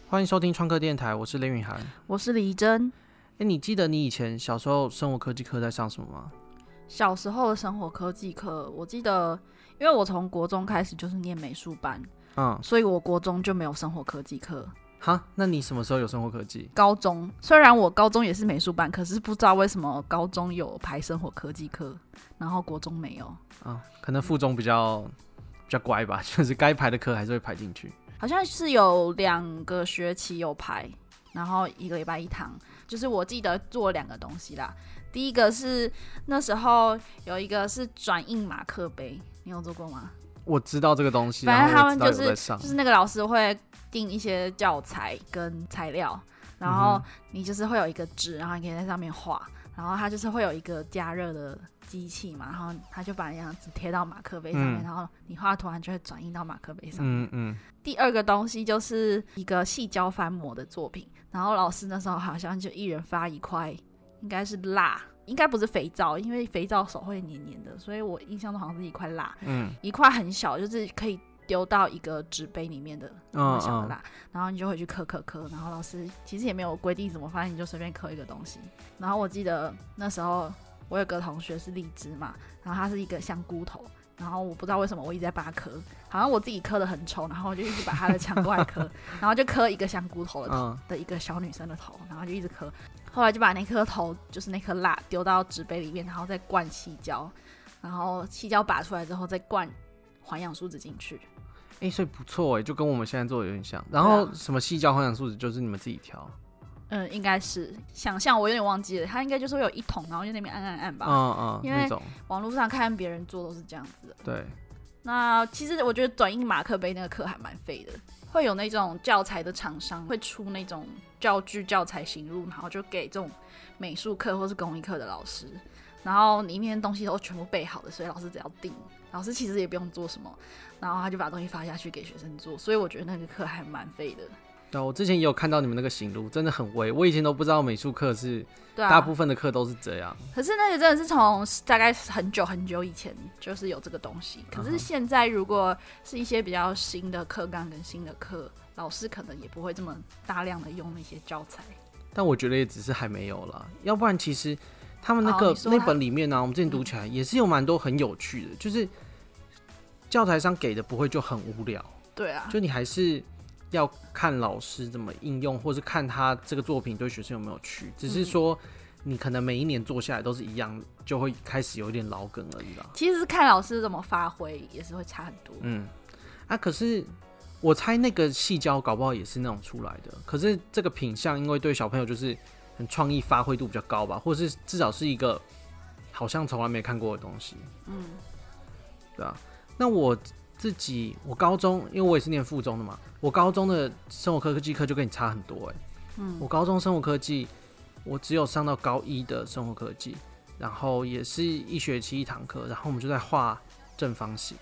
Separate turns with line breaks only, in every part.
欢迎收听创客电台，我是林允涵，
我是李珍。
你记得你以前小时候生活科技课在上什么吗？
小时候的生活科技课，我记得，因为我从国中开始就是念美术班，所以我国中就没有生活科技课。
哈，那你什么时候有生活科技？
高中，虽然我高中也是美术班，可是不知道为什么高中有排生活科技课，然后国中没有。
可能附中比较乖吧，就是该排的课还是会排进去。
好像是有2个学期有排，然后1个礼拜1堂。就是我记得做2个东西啦。第一个是那时候有一个是转印马克杯，你有做过吗？
我知道这个东西，
反正他们
就是
那个老师会订一些教材跟材料，然后你就是会有一个纸，然后你可以在上面画，然后它就是会有一个加热的机器嘛，然后他就把那样子贴到马克杯上面，然后你画图案就会转印到马克杯上面。第二个东西就是一个细胶翻模的作品，然后老师那时候好像就一人发1块，应该是蜡，应该不是肥皂，因为肥皂手会黏黏的，所以我印象中好像是1块蜡，1块很小，就是可以丢到一个纸杯里面的那小的蜡，然后你就回去刻，然后老师其实也没有规定怎么翻，你就随便刻一个东西。然后我记得那时候我有个同学是荔枝嘛，然后他是一个香菇头，然后我不知道为什么我一直在把它刻，好像我自己刻的很丑，然后我就一直把他的抢过来刻，然后就刻一个香菇头的头的一个小女生的头，然后就一直刻，后来就把那颗头就是那颗蜡丢到纸杯里面，然后再灌细胶，然后细胶拔出来之后再灌环氧树脂进去。
所以不错就跟我们现在做的有点像。然后什么细胶环氧树脂就是你们自己调？
应该是想象，我有点忘记了，它应该就是会有一桶，然后就那边按吧。因为网络上看别人做都是这样子的。
对。
那其实我觉得转印马克杯那个课还蛮废的，会有那种教材的厂商会出那种教具教材型录，然后就给这种美术课或是工艺课的老师，然后里面东西都全部备好的，所以老师只要订，老师其实也不用做什么，然后他就把东西发下去给学生做，所以我觉得那个课还蛮废的。
对，我之前也有看到你们那个行路，真的很微。我以前都不知道美术课是，大部分的课都是这样。
可是那个真的是从大概很久很久以前就是有这个东西。可是现在如果是一些比较新的课纲跟新的课，老师可能也不会这么大量的用那些教材。
但我觉得也只是还没有啦，要不然其实他们那本里面呢，我们之前读起来也是有蛮多很有趣的，就是教材上给的不会就很无聊。
对啊，
就你还是要看老师怎么应用，或是看他这个作品对学生有没有趣，只是说你可能每一年做下来都是一样，就会开始有一点老梗而已啦。
其实是看老师怎么发挥也是会差很多。
可是我猜那个细胶搞不好也是那种出来的，可是这个品相因为对小朋友就是很创意发挥度比较高吧，或是至少是一个好像从来没看过的东西。对啊。那我高中，因为我也是念附中的嘛，我高中的生活科技课就跟你差很多我高中生活科技，我只有上到高1的生活科技，然后也是1学期1堂课，然后我们就在画正方形。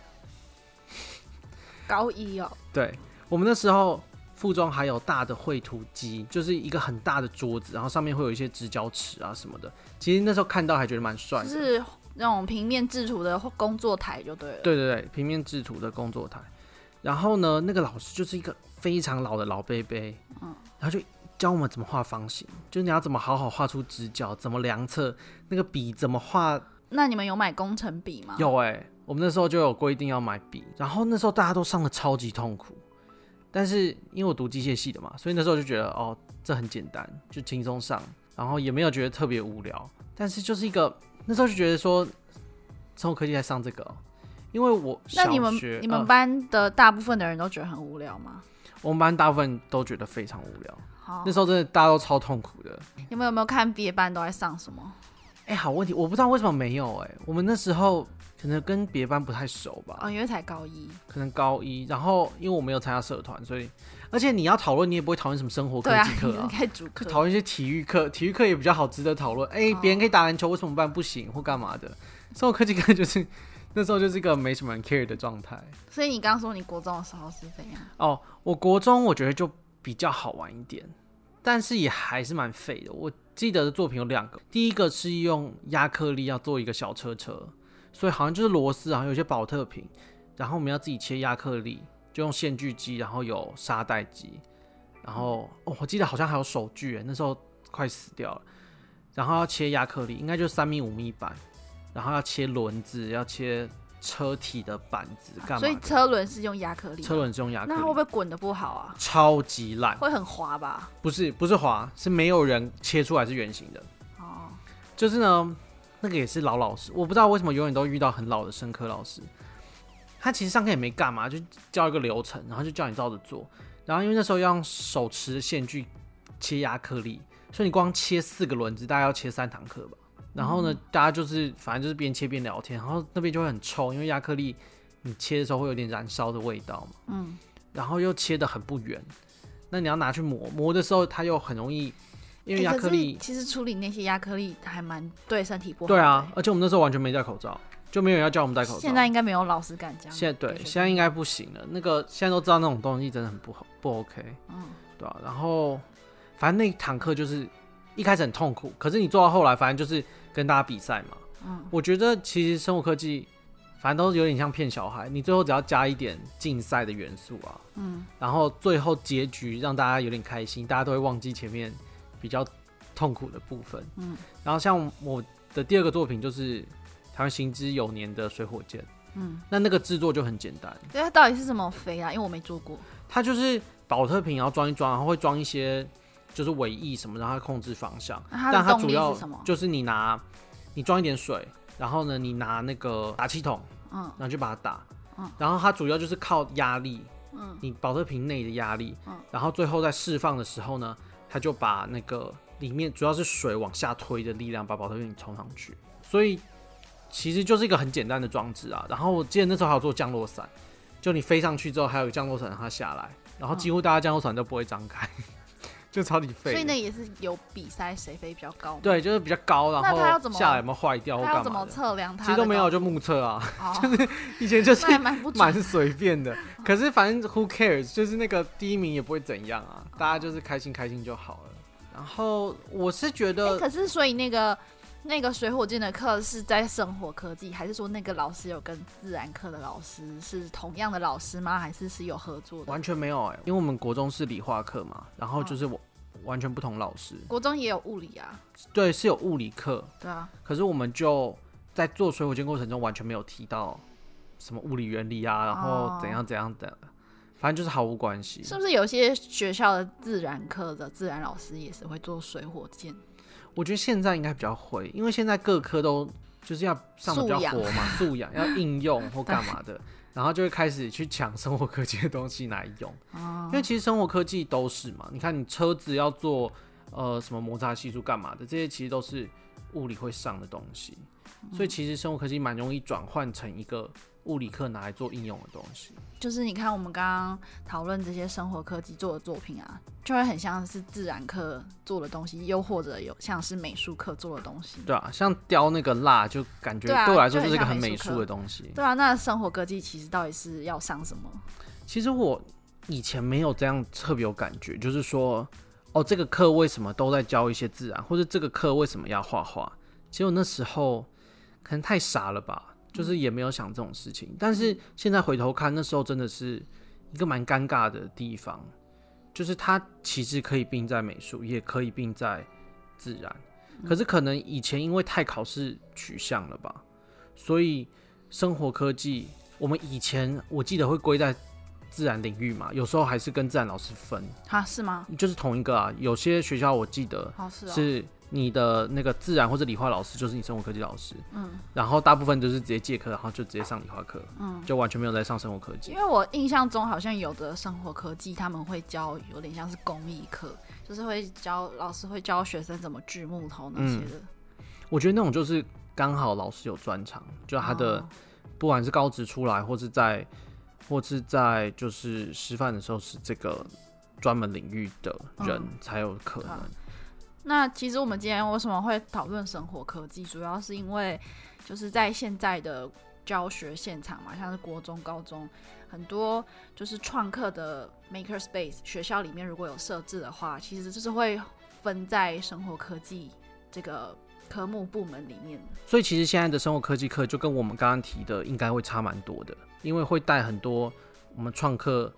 高1哦？
对，我们那时候附中还有大的绘图机，就是一个很大的桌子，然后上面会有一些直角尺啊什么的。其实那时候看到还觉得蛮帅的，
就是那种平面制图的工作台就对了。
对，平面制图的工作台。然后呢，那个老师就是一个非常老的老伯伯，然后就教我们怎么画方形，就是你要怎么好好画出直角，怎么量测，那个笔怎么画。
那你们有买工程笔吗？
有我们那时候就有规定要买笔，然后那时候大家都上得超级痛苦，但是因为我读机械系的嘛，所以那时候就觉得这很简单，就轻松上，然后也没有觉得特别无聊，但是就是一个那时候就觉得说生活科技在上这个因为我小学。
那你们班的大部分的人都觉得很无聊吗？
我们班大部分都觉得非常无聊。那时候真的大家都超痛苦的。
你们有没有看别班都在上什么？
好问题，我不知道为什么没有我们那时候可能跟别班不太熟吧。
因为才高1，
可能高1，然后因为我没有参加社团，所以而且你要讨论，你也不会讨论什么生活科技课
你可以主课，
就讨论一些体育课，体育课也比较好值得讨论。别人可以打篮球，为什么班不行或干嘛的？生活科技课就是那时候就是一个没什么人 care 的状态。
所以你刚刚说你国中的时候是怎样？
我国中我觉得就比较好玩一点，但是也还是蛮废的。我记得的作品有2个，第一个是用亚克力要做一个小车车，所以好像就是螺丝，好像有些保特瓶，然后我们要自己切亚克力，就用线锯机，然后有沙袋机， 然后我记得好像还有手锯，那时候快死掉了。然后要切亚克力，应该就3米5米板，然后要切轮子，要切车体的板子，干嘛的？
所以车轮是用亚克力，
车轮是用亚克力，
那会不会滚得不好啊？
超级烂，
会很滑吧？
不是滑，是没有人切出来是圆形的。
哦，
就是呢，那个也是老师，我不知道为什么永远都遇到很老的生科老师。他其实上课也没干嘛，就教一个流程，然后就叫你照着做。然后因为那时候要用手持线锯切亚克力，所以你光切4个轮子，大概要切3堂课吧。然后呢，大家就是反正就是边切边聊天，然后那边就会很臭，因为亚克力你切的时候会有点燃烧的味道嘛。然后又切得很不圆，那你要拿去磨的时候，它又很容易，因为亚克力、
其实处理那些亚克力还蛮对身体不好。
对啊，而且我们那时候完全没戴口罩。就没有人要叫我们戴口罩。
现在应该没有老师敢这样。
现在应该不行了。那个现在都知道那种东西真的很不 OK，对啊。然后反正那堂课就是一开始很痛苦，可是你做到后来，反正就是跟大家比赛嘛。我觉得其实生物科技反正都有点像骗小孩，你最后只要加一点竞赛的元素啊，然后最后结局让大家有点开心，大家都会忘记前面比较痛苦的部分。然后像我的第2个作品就是台湾行之有年的水火箭，那个制作就很简单。
对，它到底是什么飞啊？因为我没做过。
它就是保特瓶，然后装一装，然后会装一些就是尾翼什么，让它控制方向。但它主要就是你装一点水，然后呢，你拿那个打气筒，然后就把它打，然后它主要就是靠压力，你保特瓶内的压力，然后最后在释放的时候呢，它就把那个里面主要是水往下推的力量，把保特瓶冲上去，所以。其实就是一个很简单的装置啊，然后我记得那时候还有做降落伞，就你飞上去之后还有降落伞让它下来，然后几乎大家降落伞都不会张开，就超级废。
所以那也是有比赛谁飞比较高吗？
对，就是比较高，然后下来有没有坏掉或干嘛的？
他要怎么测量它？
其实都没有，就目测啊，就是以前就是蛮随便的。可是反正 who cares， 就是那个第1名也不会怎样啊，大家就是开心开心就好了。然后我是觉得，
可是所以那个水火箭的课是在生活科技，还是说那个老师有跟自然课的老师是同样的老师吗？还是有合作的？
完全没有因为我们国中是理化课嘛，然后就是完全不同老师。
国中也有物理啊？
对，是有物理课。
对啊。
可是我们就在做水火箭过程中完全没有提到什么物理原理啊，然后怎样怎样的，反正就是毫无关系。
是不是有些学校的自然课的自然老师也是会做水火箭？
我觉得现在应该比较会，因为现在各科都就是要上的比较火嘛，素养要应用或干嘛的，然后就会开始去抢生活科技的东西来用。因为其实生活科技都是嘛，你看你车子要做什么摩擦系数干嘛的，这些其实都是物理会上的东西，所以其实生活科技蛮容易转换成一个物理课拿来做应用的东西。
就是你看我们刚刚讨论这些生活科技做的作品啊，就会很像是自然课做的东西，又或者有像是美术课做的东西。
对啊，像雕那个蜡，就感觉对我来说就是一个很美术的东西。
对啊，那生活科技其实到底是要上什么？
其实我以前没有这样特别有感觉，就是说，这个课为什么都在教一些自然，或者这个课为什么要画画？其实我那时候可能太傻了吧。就是也没有想这种事情，但是现在回头看，那时候真的是一个蛮尴尬的地方，就是它其实可以并在美术，也可以并在自然，可是可能以前因为太考试取向了吧，所以生活科技我们以前我记得会归在自然领域嘛，有时候还是跟自然老师分
啊？是吗？
就是同一个啊，有些学校我记得是你的那个自然或者理化老师就是你生活科技老师，然后大部分就是直接借课，然后就直接上理化课，就完全没有在上生活科技。
因为我印象中好像有的生活科技他们会教有点像是工艺课，就是会教老师会教学生怎么锯木头那些的。
我觉得那种就是刚好老师有专长，就他的不管是高职出来，或是在就是师范的时候是这个专门领域的人才有可能。
那其实我们今天为什么会讨论生活科技，主要是因为就是在现在的教学现场嘛，像是国中、高中，很多就是创客的 maker space， 学校里面如果有设置的话，其实就是会分在生活科技这个科目部门里面。
所以其实现在的生活科技课就跟我们刚刚提的应该会差蛮多的，因为会带很多我们创客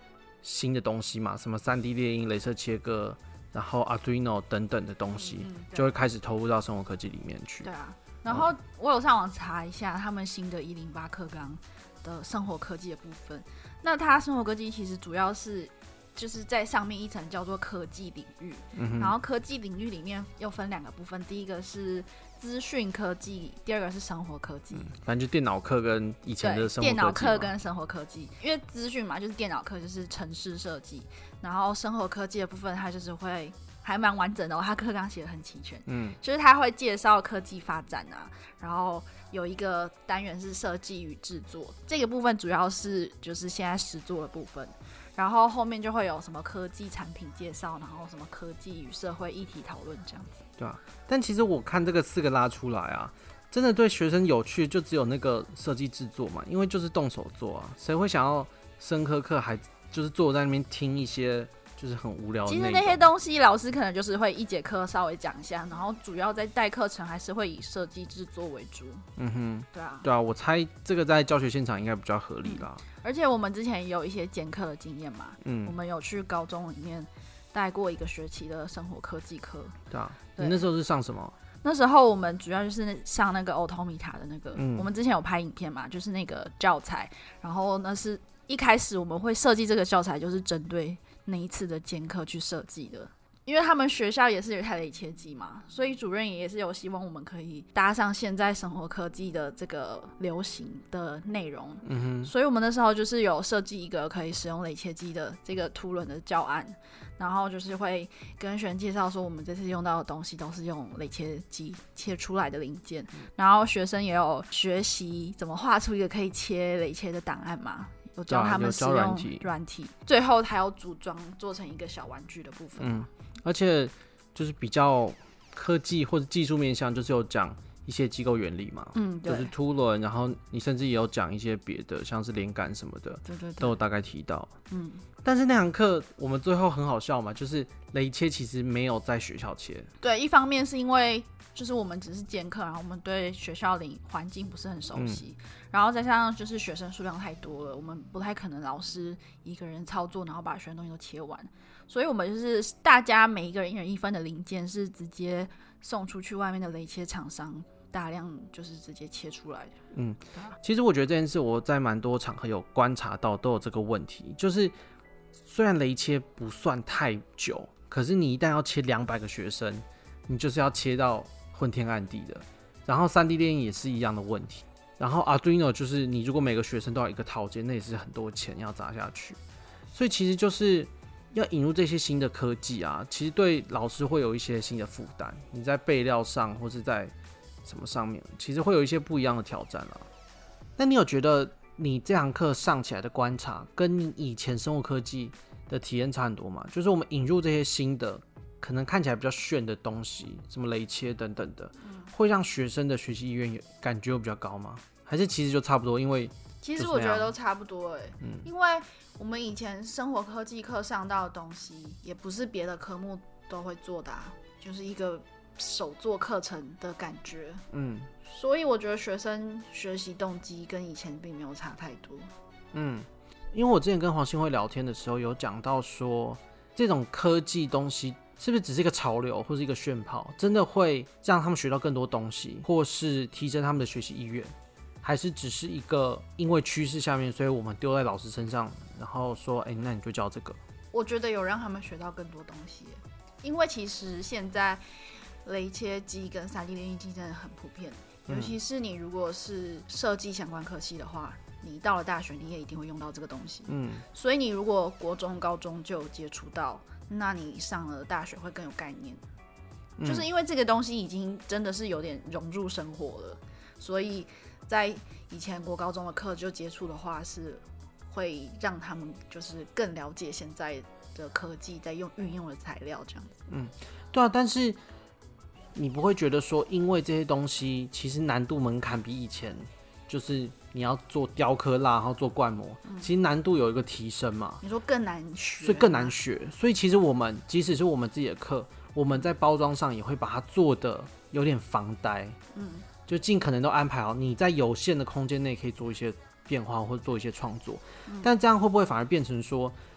新的东西嘛，什么3D 列印、雷射切割，然后 Arduino 等等的东西，就会开始投入到生活科技里面去。
对啊，然后我有上网查一下他们新的108课纲的生活科技的部分。那它生活科技其实主要是就是在上面一层叫做科技领域，然后科技领域里面又分2个部分，第一个是资讯科技，第二个是生活科技。
反正就电脑课跟以前的生活科技。
电脑课跟生活科技，因为资讯嘛，就是电脑课就是程式设计，然后生活科技的部分它就是会还蛮完整的它课纲写得很齐全。就是它会介绍科技发展啊，然后有一个单元是设计与制作，这个部分主要是就是现在实作的部分。然后后面就会有什么科技产品介绍，然后什么科技与社会议题讨论这样子。
对啊，但其实我看这个4个拉出来啊，真的对学生有趣就只有那个设计制作嘛，因为就是动手做啊，谁会想要生科课还就是坐在那边听一些就是很无聊的内容？
其实那些东西老师可能就是会1节课稍微讲一下，然后主要在带课程还是会以设计制作为主。对啊，
我猜这个在教学现场应该比较合理啦。
而且我们之前也有一些兼课的经验嘛，我们有去高中里面带过1个学期的生活科技课。
对啊，你那时候是上什么？
那时候我们主要就是上那个 Automata 的那个，我们之前有拍影片嘛，就是那个教材，然后那是一开始我们会设计这个教材，就是针对那一次的兼课去设计的。因为他们学校也是有一台雷切机嘛，所以主任也是有希望我们可以搭上现在生活科技的这个流行的内容。所以我们那时候就是有设计一个可以使用雷切机的这个凸轮的教案，然后就是会跟学生介绍说我们这次用到的东西都是用雷切机切出来的零件，然后学生也有学习怎么画出一个可以切雷切的档案嘛，有教他们使用软体，最后还有组装做成一个小玩具的部分。
而且就是比较科技或者技术面向，就是有讲一些机构原理嘛，就是凸轮，然后你甚至也有讲一些别的，像是连杆什么的，对，都有大概提到。但是那堂课我们最后很好笑嘛，就是雷切其实没有在学校切。
对，一方面是因为就是我们只是兼课，然后我们对学校的环境不是很熟悉，然后再加上就是学生数量太多了，我们不太可能老师一个人操作，然后把学生东西都切完，所以我们就是大家每一个人1人1分的零件是直接送出去外面的雷切厂商大量就是直接切出来的。
其实我觉得这件事我在蛮多场合有观察到都有这个问题，就是虽然雷切不算太久，可是你一旦要切200个学生，你就是要切到昏天暗地的。然后 3D 列印也是一样的问题，然后 Arduino 就是你如果每个学生都要一个套件，那也是很多钱要砸下去。所以其实就是要引入这些新的科技啊，其实对老师会有一些新的负担，你在备料上或是在什么上面，其实会有一些不一样的挑战啦。那你有觉得你这堂课上起来的观察，跟你以前生活科技的体验差很多吗？就是我们引入这些新的，可能看起来比较炫的东西，什么雷切等等的，会让学生的学习意愿感觉有比较高吗？还是其实就差不多？因为
其实我觉得都差不多因为我们以前生活科技课上到的东西，也不是别的科目都会做的就是一个手作课程的感觉。所以我觉得学生学习动机跟以前并没有差太多。
因为我之前跟黄信惠聊天的时候有讲到说，这种科技东西是不是只是一个潮流或是一个炫炮，真的会让他们学到更多东西，或是提升他们的学习意愿，还是只是一个因为趋势下面，所以我们丢在老师身上，然后说那你就教这个。
我觉得有让他们学到更多东西，因为其实现在雷切机跟3D 列印机真的很普遍，尤其是你如果是设计相关科系的话，你到了大学你也一定会用到这个东西。所以你如果国中高中就有接触到，那你上了大学会更有概念。就是因为这个东西已经真的是有点融入生活了，所以在以前国高中的课就接触的话，是会让他们就是更了解现在的科技在运用的材料这样子。
对啊，但是你不会觉得说，因为这些东西其实难度门槛比以前，就是你要做雕刻蜡，然后做灌模，其实难度有一个提升嘛。
你说更难学，
所以更难学。所以其实我们即使是我们自己的课，我们在包装上也会把它做的有点防呆，就尽可能都安排好，你在有限的空间内可以做一些变化或者做一些创作。但这样会不会反而变成说，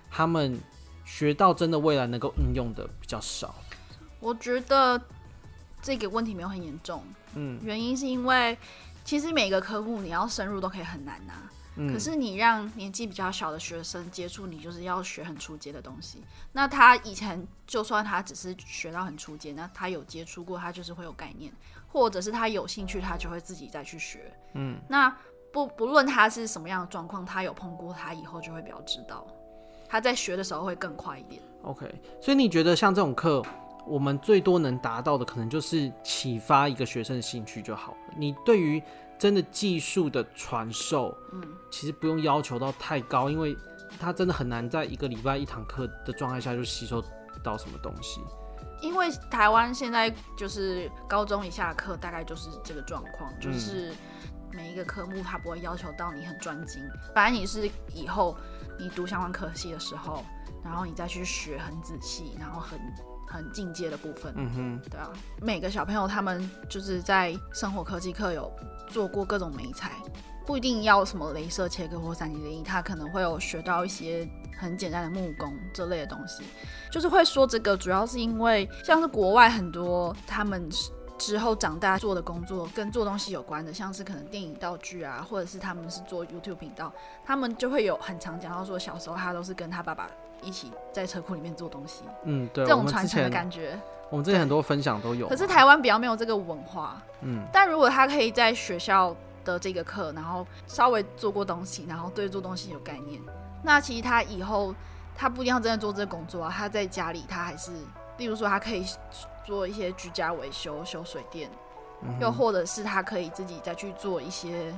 他们学到真的未来能够应用的比较少？
我觉得这个问题没有很严重，原因是因为其实每个科目你要深入都可以很难啊。可是你让年纪比较小的学生接触，你就是要学很初阶的东西。那他以前就算他只是学到很初阶，那他有接触过，他就是会有概念，或者是他有兴趣，他就会自己再去学。那不论他是什么样的状况，他有碰过，他以后就会比较知道，他在学的时候会更快一点。
OK， 所以你觉得像这种课，我们最多能达到的，可能就是启发一个学生的兴趣就好了。你对于真的技术的传授，其实不用要求到太高，因为他真的很难在一个礼拜一堂课的状态下就吸收到什么东西。
因为台湾现在就是高中以下的课大概就是这个状况，就是每一个科目它不会要求到你很专精，反正你是以后你读相关科系的时候，然后你再去学很仔细，然后很进阶的部分。对啊，每个小朋友他们就是在生活科技课有做过各种媒材，不一定要什么雷射切割或3D列印，他可能会有学到一些很简单的木工这类的东西。就是会说这个，主要是因为像是国外很多他们之后长大做的工作跟做东西有关的，像是可能电影道具啊，或者是他们是做 YouTube 频道，他们就会有很常讲到说，小时候他都是跟他爸爸一起在车库里面做东西。
对，
这种传承的感觉。
我们之前很多分享都有。
可是台湾比较没有这个文化。但如果他可以在学校的这个课，然后稍微做过东西，然后对做东西有概念，那其实他以后他不一定要真的做这个工作啊，他在家里他还是，例如说他可以做一些居家维修、修水电，又或者是他可以自己再去做一些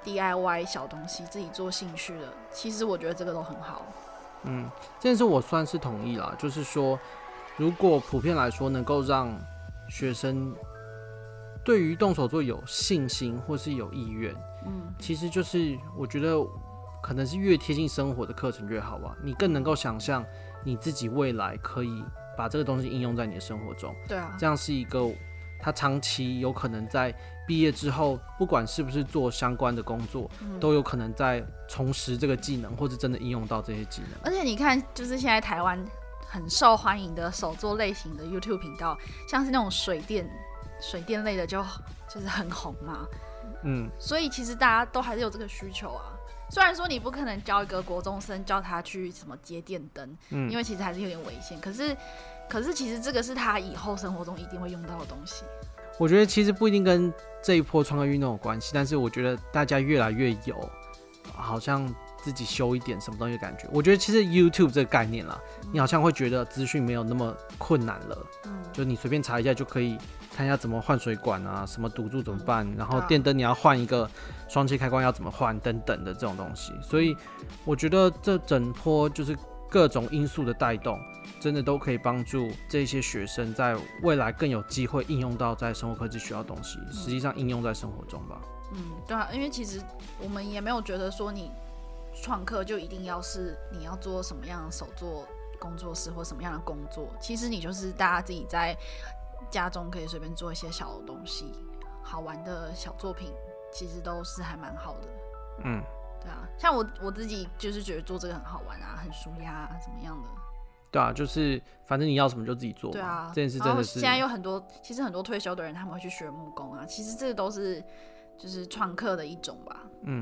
DIY 小东西，自己做兴趣的。其实我觉得这个都很好。
这件事我算是同意啦，就是说，如果普遍来说能够让学生对于动手做有信心或是有意愿，其实就是我觉得可能是越贴近生活的课程越好吧。你更能够想象你自己未来可以把这个东西应用在你的生活中。
对啊，
这样是一个他长期有可能在毕业之后，不管是不是做相关的工作，都有可能在重拾这个技能，或是真的应用到这些技能。
而且你看，就是现在台湾很受欢迎的手作类型的 YouTube 频道，像是那种水电类的就是很红嘛。所以其实大家都还是有这个需求啊。虽然说你不可能教一个国中生叫他去什么接电灯，因为其实还是有点危险。可是其实这个是他以后生活中一定会用到的东西。
我觉得其实不一定跟这一波创客运动有关系，但是我觉得大家越来越有好像自己修一点什么东西的感觉。我觉得其实 YouTube 这个概念啦，你好像会觉得资讯没有那么困难了，就你随便查一下就可以看一下怎么换水管啊，什么堵住怎么办，然后电灯你要换一个双切开关要怎么换等等的这种东西。所以我觉得这整波就是各种因素的带动，真的都可以帮助这些学生在未来更有机会应用到在生活科技需要的东西，实际上应用在生活中吧。
对啊，因为其实我们也没有觉得说你创客就一定要是你要做什么样的手作工作室或什么样的工作，其实你就是大家自己在家中可以随便做一些小的东西，好玩的小作品，其实都是还蛮好的。对啊，像我自己就是觉得做这个很好玩啊，很舒压啊，怎么样的。
对啊，就是反正你要什么就自己做嘛。
对啊，
这件事真的是。
现在有很多，其实很多退休的人他们会去学木工啊，其实这个都是就是创客的一种吧。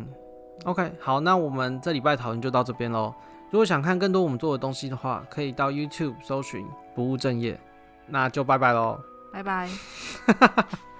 OK， 好，那我们这礼拜讨论就到这边咯。如果想看更多我们做的东西的话，可以到 YouTube 搜寻不务正业。那就拜拜咯。
拜拜。